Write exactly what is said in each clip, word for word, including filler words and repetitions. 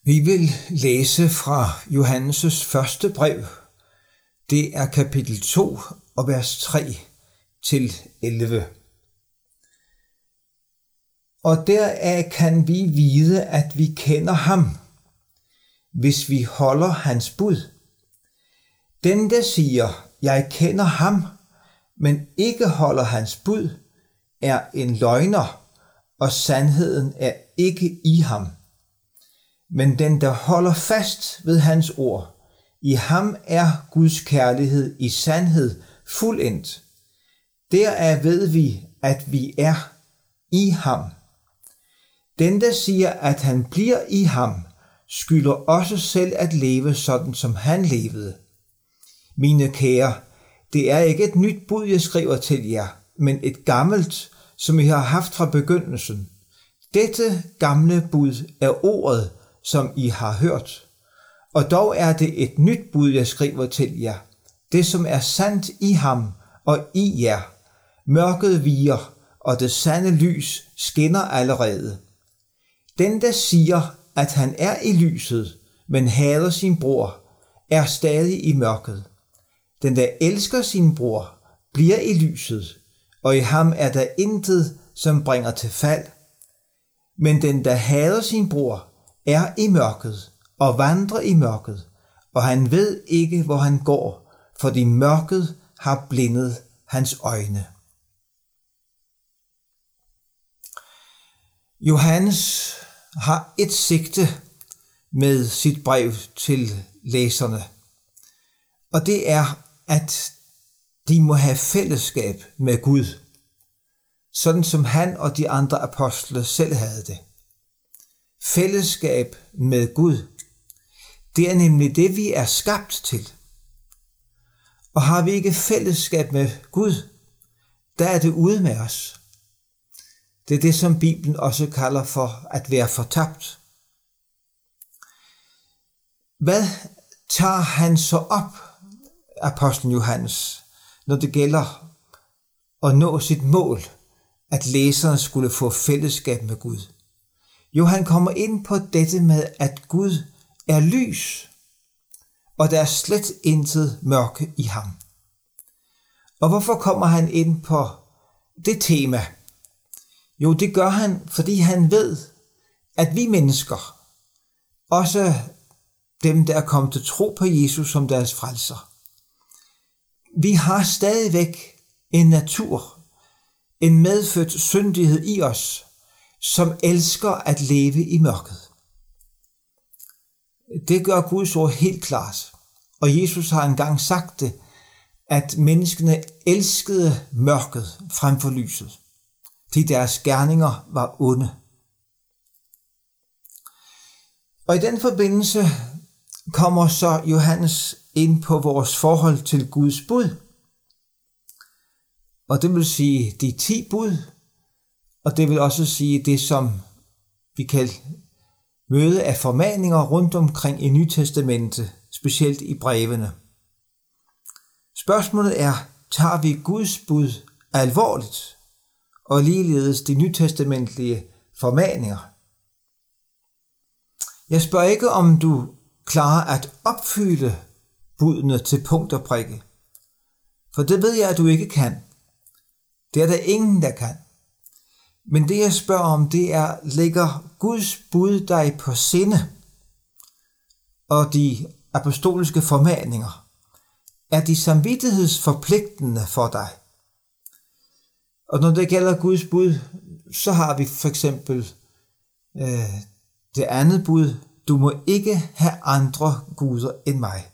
Vi vil læse fra Johannes' første brev. Det er kapitel to og vers tre til elleve. Og deraf kan vi vide, at vi kender ham, hvis vi holder hans bud. Den, der siger, jeg kender ham, men ikke holder hans bud, er en løgner, og sandheden er ikke i ham. Men den, der holder fast ved hans ord, i ham er Guds kærlighed i sandhed fuldendt. Deraf ved vi, at vi er i ham. Den, der siger, at han bliver i ham, skylder også selv at leve sådan, som han levede. Mine kære, det er ikke et nyt bud, jeg skriver til jer, men et gammelt, som I har haft fra begyndelsen. Dette gamle bud er ordet, som I har hørt. Og dog er det et nyt bud, jeg skriver til jer. Det, som er sandt i ham og i jer. Mørket viger, og det sande lys skinner allerede. Den, der siger, at han er i lyset, men hader sin bror, er stadig i mørket. Den, der elsker sin bror, bliver i lyset, og i ham er der intet, som bringer til fald. Men den, der hader sin bror, er i mørket og vandrer i mørket, og han ved ikke, hvor han går, fordi mørket har blindet hans øjne. Johannes har et sigte med sit brev til læserne, og det er, at de må have fællesskab med Gud, sådan som han og de andre apostle selv havde det. Fællesskab med Gud, det er nemlig det, vi er skabt til. Og har vi ikke fællesskab med Gud, der er det ude med os. Det er det, som Bibelen også kalder for at være fortabt. Hvad tager han så op, apostlen Johannes, når det gælder at nå sit mål, at læserne skulle få fællesskab med Gud? Jo, han kommer ind på dette med, at Gud er lys, og der er slet intet mørke i ham. Og hvorfor kommer han ind på det tema? Jo, det gør han, fordi han ved, at vi mennesker, også dem, der er kommet til tro på Jesus som deres frelser, vi har stadigvæk en natur, en medfødt syndighed i os, som elsker at leve i mørket. Det gør Guds ord helt klart. Og Jesus har engang sagt det, at menneskene elskede mørket frem for lyset, fordi deres gerninger var onde. Og i den forbindelse kommer så Johannes ind på vores forhold til Guds bud. Og det vil sige de ti bud, og det vil også sige det, som vi kan møde af formaninger rundt omkring i Nye Testamente, specielt i brevene. Spørgsmålet er, tager vi Guds bud alvorligt, og ligeledes de nytestamentlige formaninger? Jeg spørger ikke, om du klarer at opfylde budene til punkt og prikke, for det ved jeg, at du ikke kan. Det er der ingen, der kan. Men det jeg spørger om, det er, ligger Guds bud dig på sinde, og de apostoliske formaninger, er de samvittighedsforpligtende for dig? Og når det gælder Guds bud, så har vi for eksempel øh, det andet bud, du må ikke have andre guder end mig.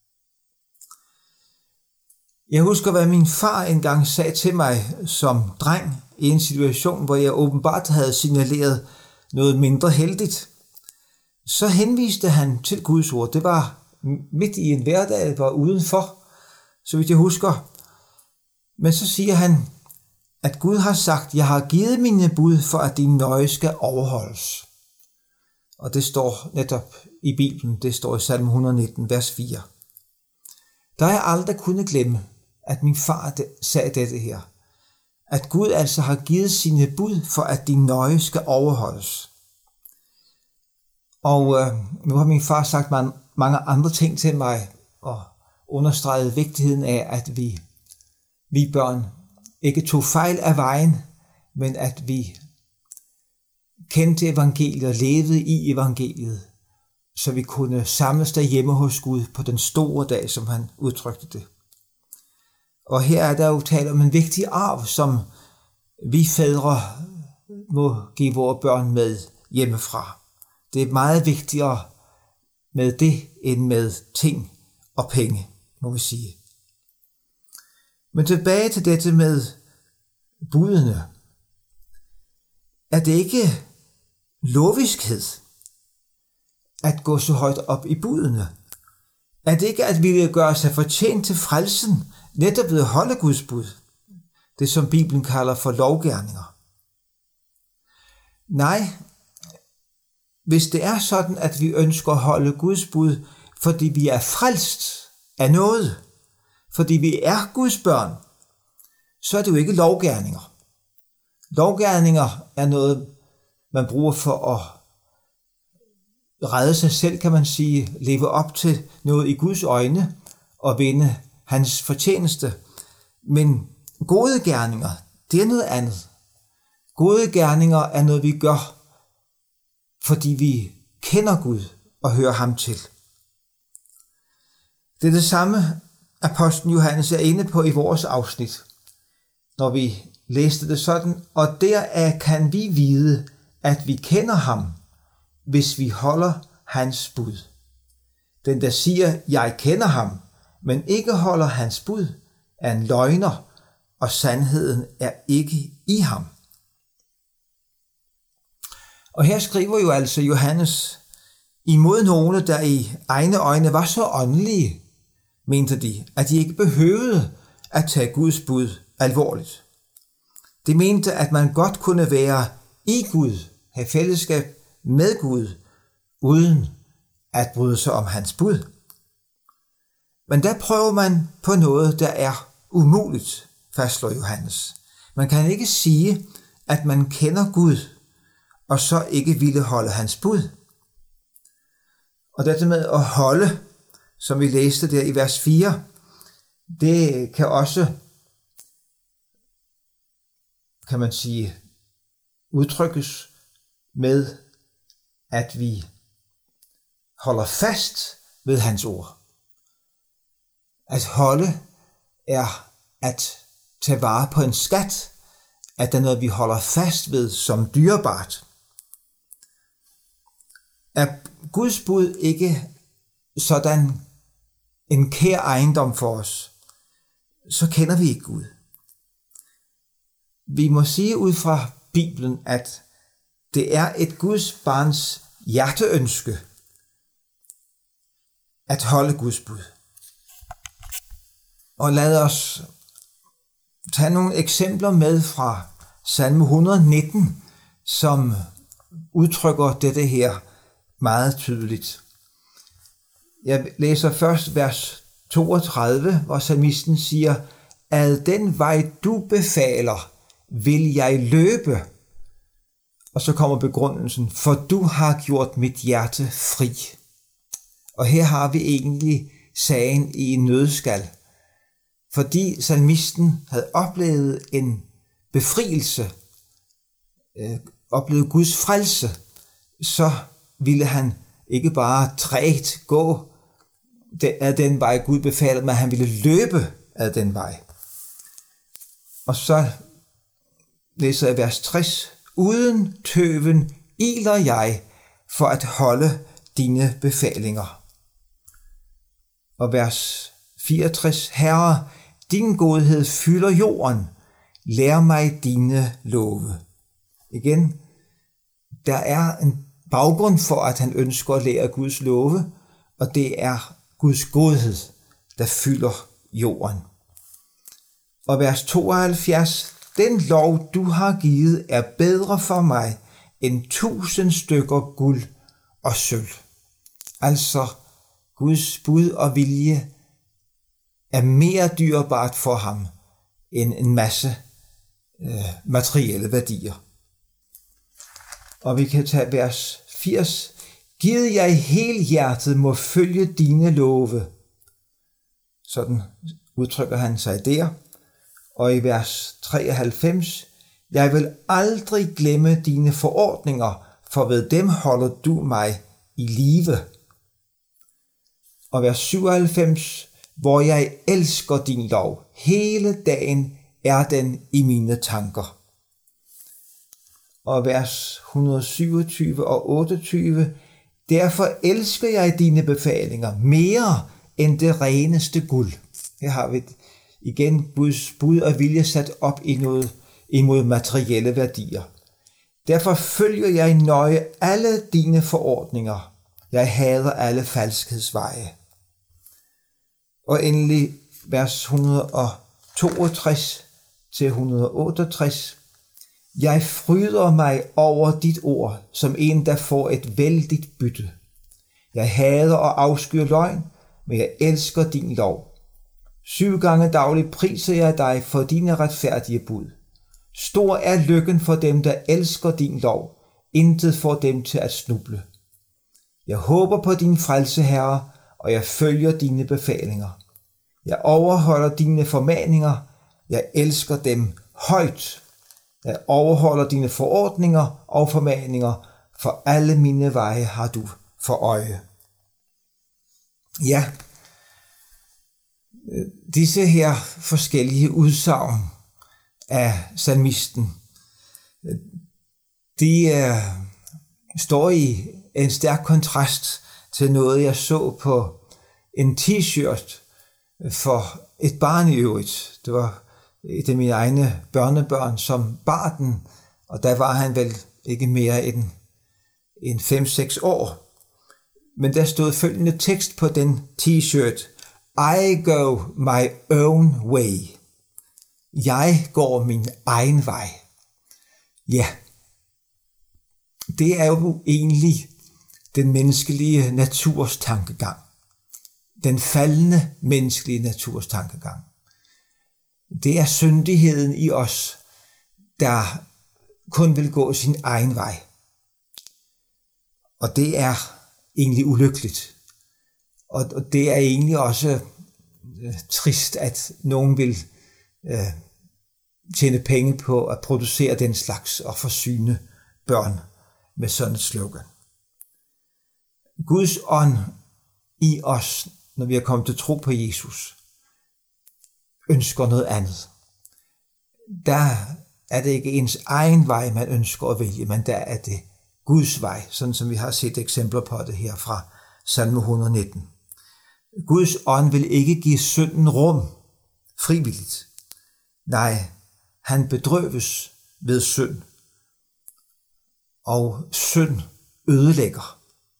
Jeg husker, hvad min far engang sagde til mig som dreng i en situation, hvor jeg åbenbart havde signaleret noget mindre heldigt. Så henviste han til Guds ord. Det var midt i en hverdag, det var udenfor, så vidt jeg husker. Men så siger han, at Gud har sagt, jeg har givet mine bud for, at de nøje skal overholdes. Og det står netop i Bibelen, det står i salme et hundrede og nitten, vers fire. Der har jeg aldrig kunnet glemme, at min far sagde dette her. At Gud altså har givet sine bud for, at de nøje skal overholdes. Og øh, nu har min far sagt man, mange andre ting til mig, og understreget vigtigheden af, at vi, vi børn ikke tog fejl af vejen, men at vi kendte evangeliet og levede i evangeliet, så vi kunne samles derhjemme hos Gud på den store dag, som han udtrykte det. Og her er der jo tale om en vigtig arv, som vi fædre må give vores børn med hjemmefra. Det er meget vigtigere med det, end med ting og penge, må vi sige. Men tilbage til dette med budene. Er det ikke loviskhed at gå så højt op i budene? Er det ikke at ville gøre sig fortjent til frelsen, netop ved at holde Guds bud? Det som Bibelen kalder for lovgerninger. Nej, hvis det er sådan, at vi ønsker at holde Guds bud, fordi vi er frelst af noget, fordi vi er Guds børn, så er det jo ikke lovgerninger. Lovgerninger er noget, man bruger for at redde sig selv, kan man sige, leve op til noget i Guds øjne og vinde hans fortjeneste. Men gode gerninger, det er noget andet. Gode gerninger er noget, vi gør, fordi vi kender Gud og hører ham til. Det er det samme, apostlen Johannes er inde på i vores afsnit, når vi læste det sådan, og deraf kan vi vide, at vi kender ham, hvis vi holder hans bud. Den, der siger, jeg kender ham, men ikke holder hans bud, er en løgner, og sandheden er ikke i ham. Og her skriver jo altså Johannes imod nogle, der i egne øjne var så åndelige, mente de, at de ikke behøvede at tage Guds bud alvorligt. De mente, at man godt kunne være i Gud, have fællesskab med Gud, uden at bryde sig om hans bud. Men der prøver man på noget, der er umuligt, fastslår Johannes. Man kan ikke sige, at man kender Gud, og så ikke ville holde hans bud. Og dette med at holde, som vi læste der i vers fire, det kan også, kan man sige, udtrykkes med, at vi holder fast ved hans ord. At holde er at tage vare på en skat, at det er noget, vi holder fast ved som dyrebart. Er Guds bud ikke sådan en kær ejendom for os, så kender vi ikke Gud. Vi må sige ud fra Bibelen, at det er et Guds barns hjerteønske at holde Guds bud. Og lad os tage nogle eksempler med fra salme et hundrede og nitten, som udtrykker dette her meget tydeligt. Jeg læser først vers toogtredive, hvor salmisten siger, ad den vej du befaler, vil jeg løbe. Og så kommer begrundelsen, for du har gjort mit hjerte fri. Og her har vi egentlig sagen i en nødskal. Fordi salmisten havde oplevet en befrielse, øh, oplevet Guds frelse, så ville han ikke bare trægt gå ad den vej Gud befalede, men han ville løbe ad den vej. Og så læser jeg vers tres. Uden tøven iler jeg for at holde dine befalinger. Og vers fireogtres. Herre, din godhed fylder jorden. Lær mig dine love. Igen, der er en baggrund for, at han ønsker at lære Guds love, og det er Guds godhed, der fylder jorden. Og vers tooghalvfjerds. Den lov, du har givet, er bedre for mig end tusind stykker guld og sølv. Altså, Guds bud og vilje er mere dyrebart for ham end en masse øh, materielle værdier. Og vi kan tage vers firs. Gid jeg helhjertet må følge dine love. Sådan udtrykker han sig der. Og i vers treoghalvfems, jeg vil aldrig glemme dine forordninger, for ved dem holder du mig i live. Og vers syvoghalvfems, hvor jeg elsker din lov. Hele dagen er den i mine tanker. Og vers et hundrede syvogtyve og otteogtyve, derfor elsker jeg dine befalinger mere end det reneste guld. Her har vi igen Guds bud og vilje sat op i noget imod materielle værdier. Derfor følger jeg nøje alle dine forordninger. Jeg hader alle falskhedsveje. Og endelig vers et hundrede toogtres til et hundrede otteogtres. Jeg fryder mig over dit ord, som en, der får et vældigt bytte. Jeg hader og afskyr løgn, men jeg elsker din lov. Syv gange dagligt priser jeg dig for dine retfærdige bud. Stor er lykken for dem, der elsker din lov. Intet får dem til at snuble. Jeg håber på din frelse, Herre, og jeg følger dine befalinger. Jeg overholder dine formaninger. Jeg elsker dem højt. Jeg overholder dine forordninger og formaninger, for alle mine veje har du for øje. Ja, disse her forskellige udsagn af salmisten, de uh, står i en stærk kontrast til noget, jeg så på en t-shirt for et barn i øvrigt. Det var et af mine egne børnebørn, som bar den, og der var han vel ikke mere end, end fem seks år. Men der stod følgende tekst på den t-shirt: I go my own way. Jeg går min egen vej. Ja, det er jo egentlig den menneskelige naturs tankegang. Den faldende menneskelige naturs tankegang. Det er syndigheden i os, der kun vil gå sin egen vej. Og det er egentlig ulykkeligt. Og det er egentlig også øh, trist, at nogen vil øh, tjene penge på at producere den slags og forsyne børn med sådan et slogan. Guds ånd i os, når vi er kommet til tro på Jesus, ønsker noget andet. Der er det ikke ens egen vej, man ønsker at vælge, men der er det Guds vej, sådan som vi har set eksempler på det her fra salme et hundrede nitten. Guds ånd vil ikke give synden rum frivilligt. Nej, han bedrøves ved synd, og synd ødelægger.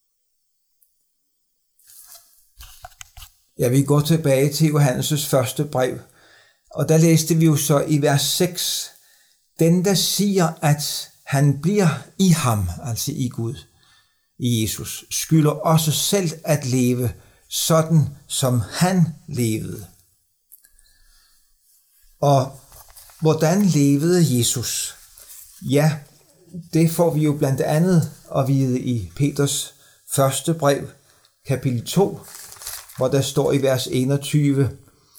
Ja, vi går tilbage til Johannes' første brev, og der læste vi jo så i vers seks, den der siger, at han bliver i ham, altså i Gud, i Jesus, skylder også selv at leve sådan, som han levede. Og hvordan levede Jesus? Ja, det får vi jo blandt andet at vide i Peters første brev, kapitel to, hvor der står i vers enogtyve,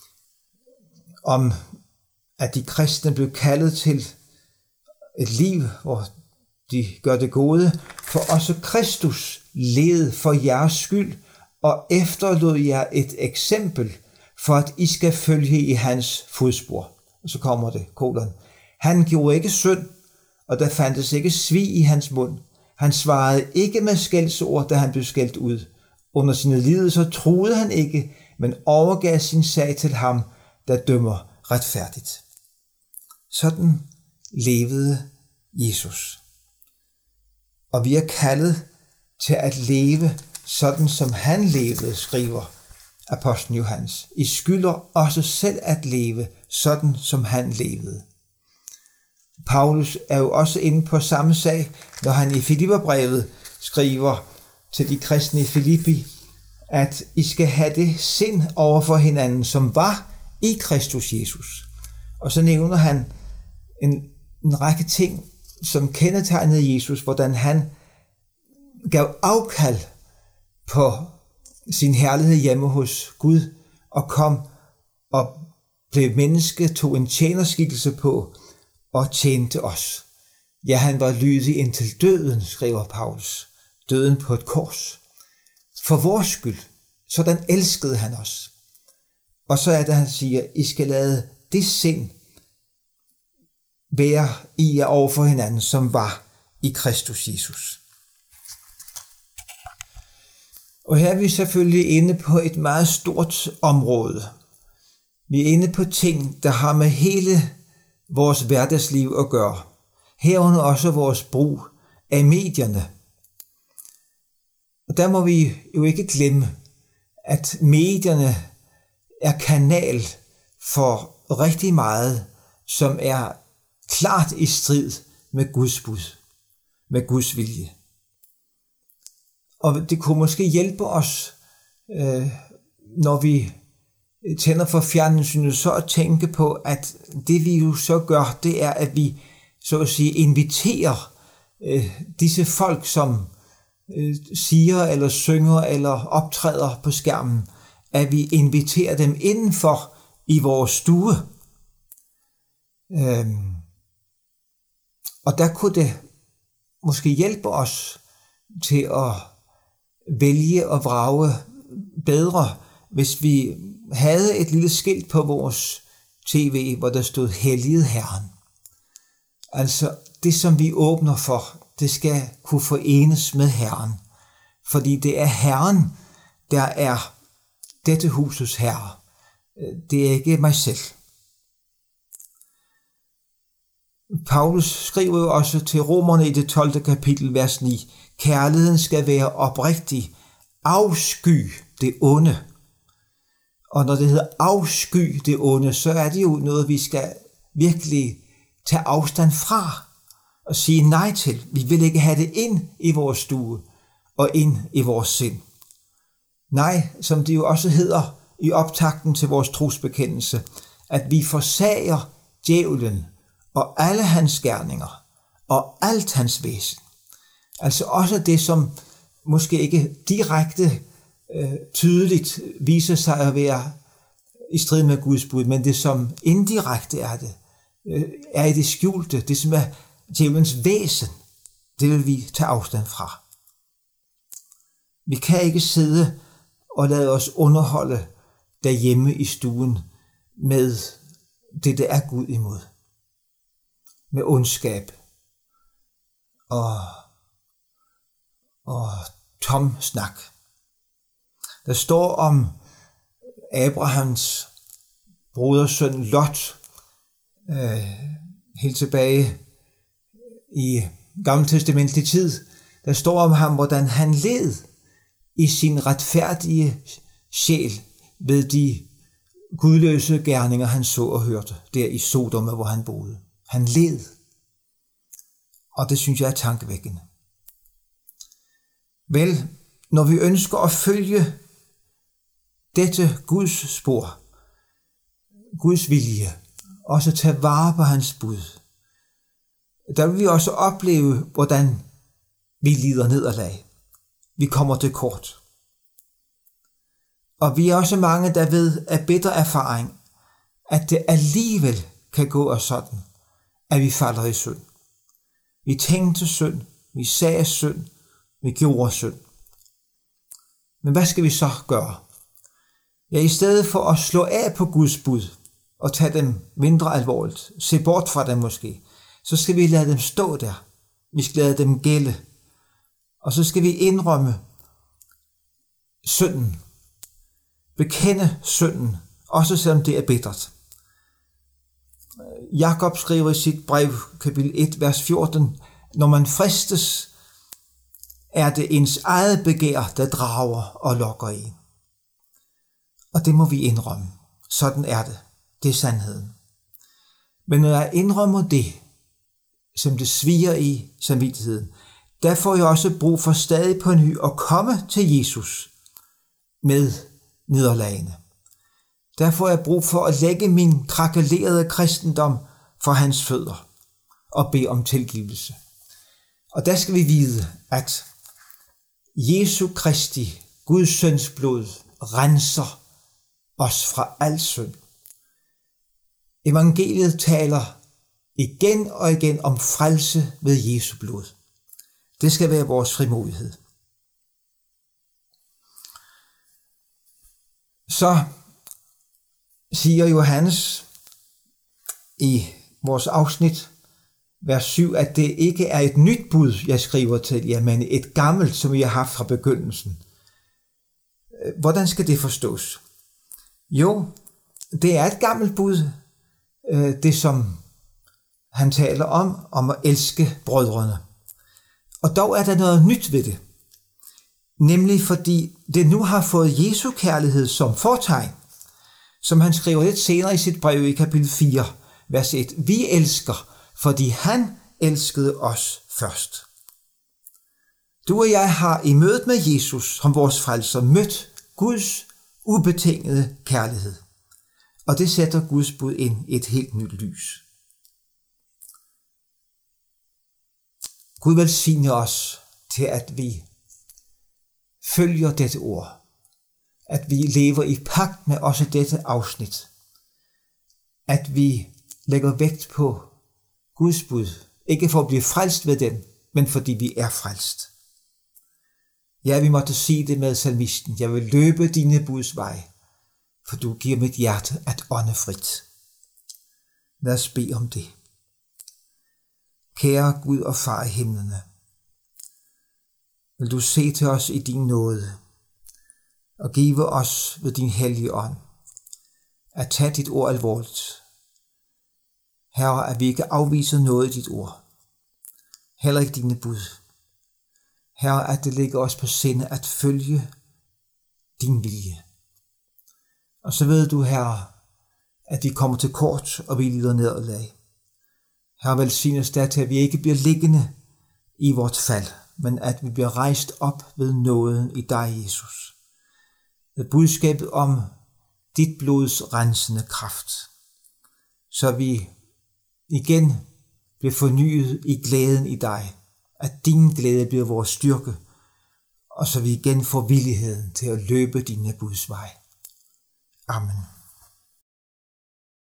om at de kristne blev kaldet til et liv, hvor de gør det gode, for også Kristus led for jeres skyld, og efterlod jer et eksempel, for at I skal følge i hans fodspor. Og så kommer det, kolon. Han gjorde ikke synd, og der fandtes ikke svig i hans mund. Han svarede ikke med skældsord, da han blev skældt ud. Under sine lidelser truede han ikke, men overgav sin sag til ham, der dømmer retfærdigt. Sådan levede Jesus. Og vi er kaldet til at leve sådan, som han levede, skriver apostlen Johannes. I skylder også selv at leve sådan, som han levede. Paulus er jo også inde på samme sag, når han i Filipperbrevet skriver til de kristne i Filippi, at I skal have det sind over for hinanden, som var i Kristus Jesus. Og så nævner han en, en række ting, som kendetegnede Jesus, hvordan han gav afkald på sin herlighed hjemme hos Gud og kom og blev menneske, tog en tjenerskikkelse på og tjente os. Ja, han var lydig indtil døden, skriver Paulus. Døden på et kors. For vores skyld. Sådan elskede han os. Og så er det, han siger, I skal lade det sind være i jer over for hinanden, som var i Kristus Jesus. Og her er vi selvfølgelig inde på et meget stort område. Vi er inde på ting, der har med hele vores hverdagsliv at gøre. Herunder også vores brug af medierne. Og der må vi jo ikke glemme, at medierne er kanal for rigtig meget, som er klart i strid med Guds bud, med Guds vilje. Og det kunne måske hjælpe os, øh, når vi tænder for fjernsynet, så at tænke på, at det vi jo så gør, det er, at vi så at sige inviterer øh, disse folk, som øh, siger eller synger eller optræder på skærmen, at vi inviterer dem indenfor i vores stue. Øh, og der kunne det måske hjælpe os til at vælge og vrage bedre, hvis vi havde et lille skilt på vores tv, hvor der stod helliget Herren. Altså det, som vi åbner for, det skal kunne forenes med Herren. Fordi det er Herren, der er dette husets herre. Det er ikke mig selv. Paulus skriver jo også til romerne i det tolvte kapitel, vers ni, kærligheden skal være oprigtig, afsky det onde. Og når det hedder afsky det onde, så er det jo noget, vi skal virkelig tage afstand fra og sige nej til. Vi vil ikke have det ind i vores stue og ind i vores sind. Nej, som det jo også hedder i optakten til vores trosbekendelse, at vi forsager djævlen og alle hans gerninger og alt hans væsen. Altså også det, som måske ikke direkte øh, tydeligt viser sig at være i strid med Guds bud, men det, som indirekte er det, øh, er i det skjulte, det som er djævelens væsen, det vil vi tage afstand fra. Vi kan ikke sidde og lade os underholde derhjemme i stuen med det, der er Gud imod. Med ondskab og, og tom snak. Der står om Abrahams brodersøn Lot, øh, helt tilbage i gammeltestamentlig tid. Der står om ham, hvordan han led i sin retfærdige sjæl ved de gudløse gerninger, han så og hørte der i Sodom, hvor han boede. Han led. Og det synes jeg er tankevækkende. Vel, når vi ønsker at følge dette Guds spor, Guds vilje, også tage vare på hans bud, der vil vi også opleve, hvordan vi lider nederlag. Vi kommer til kort. Og vi er også mange, der ved af bitter erfaring, at det alligevel kan gå os sådan, at vi falder i synd. Vi tænkte synd, vi sagde synd, vi gjorde synd. Men hvad skal vi så gøre? Ja, i stedet for at slå af på Guds bud og tage dem mindre alvorligt, se bort fra dem måske, så skal vi lade dem stå der. Vi skal lade dem gælde. Og så skal vi indrømme synden. Bekende synden, også selvom det er bittert. Jakob skriver i sit brev, kapitel et, vers fjorten, når man fristes, er det ens eget begær, der drager og lokker en. Og det må vi indrømme. Sådan er det. Det er sandheden. Men når jeg indrømmer det, som det sviger i samvittigheden, der får jeg også brug for stadig på ny at komme til Jesus med nederlagene. Der får jeg brug for at lægge min krakelerede kristendom for hans fødder og bede om tilgivelse. Og der skal vi vide, at Jesu Kristi Guds søns blod renser os fra al synd. Evangeliet taler igen og igen om frelse ved Jesu blod. Det skal være vores frimodighed. Så siger Johannes i vores afsnit, vers syv, at det ikke er et nyt bud, jeg skriver til jer, men et gammelt, som vi har haft fra begyndelsen. Hvordan skal det forstås? Jo, det er et gammelt bud, det som han taler om, om at elske brødrene. Og dog er der noget nyt ved det. Nemlig fordi det nu har fået Jesu kærlighed som fortegn, som han skriver lidt senere i sit brev i kapitel fire, vers et. Vi elsker, fordi han elskede os først. Du og jeg har i mødet med Jesus som vores frelser mødt Guds ubetingede kærlighed. Og det sætter Guds bud ind i et helt nyt lys. Gud velsigne os til, at vi følger dette ord. At vi lever i pagt med også dette afsnit. At vi lægger vægt på Guds bud. Ikke for at blive frelst ved dem, men fordi vi er frelst. Ja, vi måtte sige det med salmisten. Jeg vil løbe dine buds vej, for du giver mit hjerte at ånde frit. Lad os bede om det. Kære Gud og Far i himlene, vil du se til os i din nåde og give os ved din hellige ånd at tage dit ord alvorligt. Herre, at vi ikke afviser noget i dit ord, heller ikke dine bud. Herre, at det ligger os på sinde at følge din vilje. Og så ved du, Herre, at vi kommer til kort, og vi lider nederlag. Herre, velsign os der til, at vi ikke bliver liggende i vort fald, men at vi bliver rejst op ved nåden i dig, Jesus. Ved budskabet om dit blods rensende kraft, så vi igen bliver fornyet i glæden i dig, at din glæde bliver vores styrke, og så vi igen får villigheden til at løbe dine buds vej. Amen.